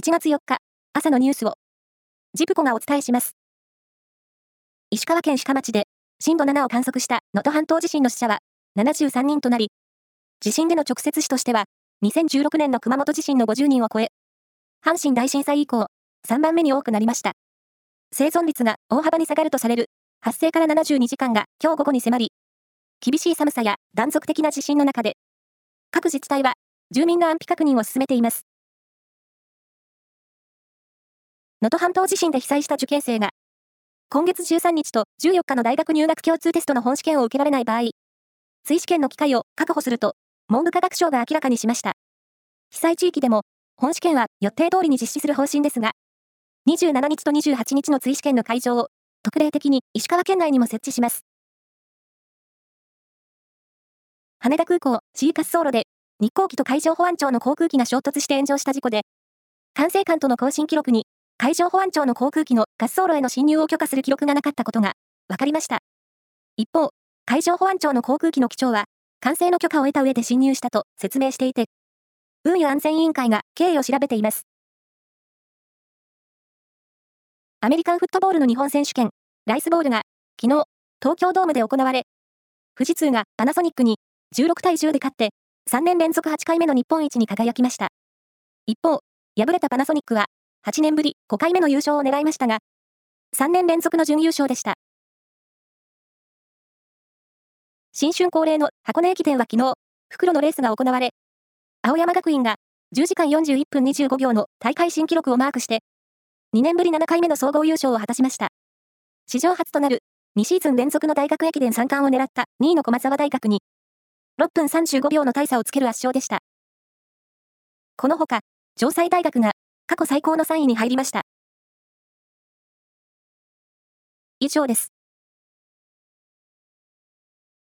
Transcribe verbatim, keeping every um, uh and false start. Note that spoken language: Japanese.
ちがつよっか、朝のニュースを、ジプコがお伝えします。石川県志賀町で、震度ななを観測した能登半島地震の死者は、ななじゅうさんにんとなり、地震での直接死としては、にせんじゅうろくねんの熊本地震のごじゅうにんを超え、阪神大震災以降、さんばんめに多くなりました。生存率が大幅に下がるとされる、発生からななじゅうにじかんが今日午後に迫り、厳しい寒さや断続的な地震の中で、各自治体は住民の安否確認を進めています。能登半島地震で被災した受験生が、今月じゅうさんにちとじゅうよっかの大学入学共通テストの本試験を受けられない場合、追試験の機会を確保すると、文部科学省が明らかにしました。被災地域でも、本試験は予定通りに実施する方針ですが、にじゅうしちにちとにじゅうはちにちの追試験の会場を、特例的に石川県内にも設置します。羽田空港 C 滑走路で、日航機と海上保安庁の航空機が衝突して炎上した事故で、管制官との交信記録に、海上保安庁の航空機の滑走路への侵入を許可する記録がなかったことが分かりました。一方、海上保安庁の航空機の機長は、管制の許可を得た上で侵入したと説明していて、運輸安全委員会が経緯を調べています。アメリカンフットボールの日本選手権、ライスボールが、昨日、東京ドームで行われ、富士通がパナソニックにじゅうろくたいじゅうで勝って、さんねんれんぞくはちかいめの日本一に輝きました。一方、敗れたパナソニックは、はちねんぶりごかいめの優勝を狙いましたが、さんねんれんぞくの準優勝でした。新春恒例の箱根駅伝は昨日、復路のレースが行われ、青山学院がじゅうじかんよんじゅういっぷんにじゅうごびょうの大会新記録をマークして、にねんぶりななかいめの総合優勝を果たしました。史上初となるにシーズン連続の大学駅伝さんかんを狙ったにいの駒澤大学に、ろっぷんさんじゅうごびょうの大差をつける圧勝でした。このほか、城西大学が過去最高のさんいに入りました。以上です。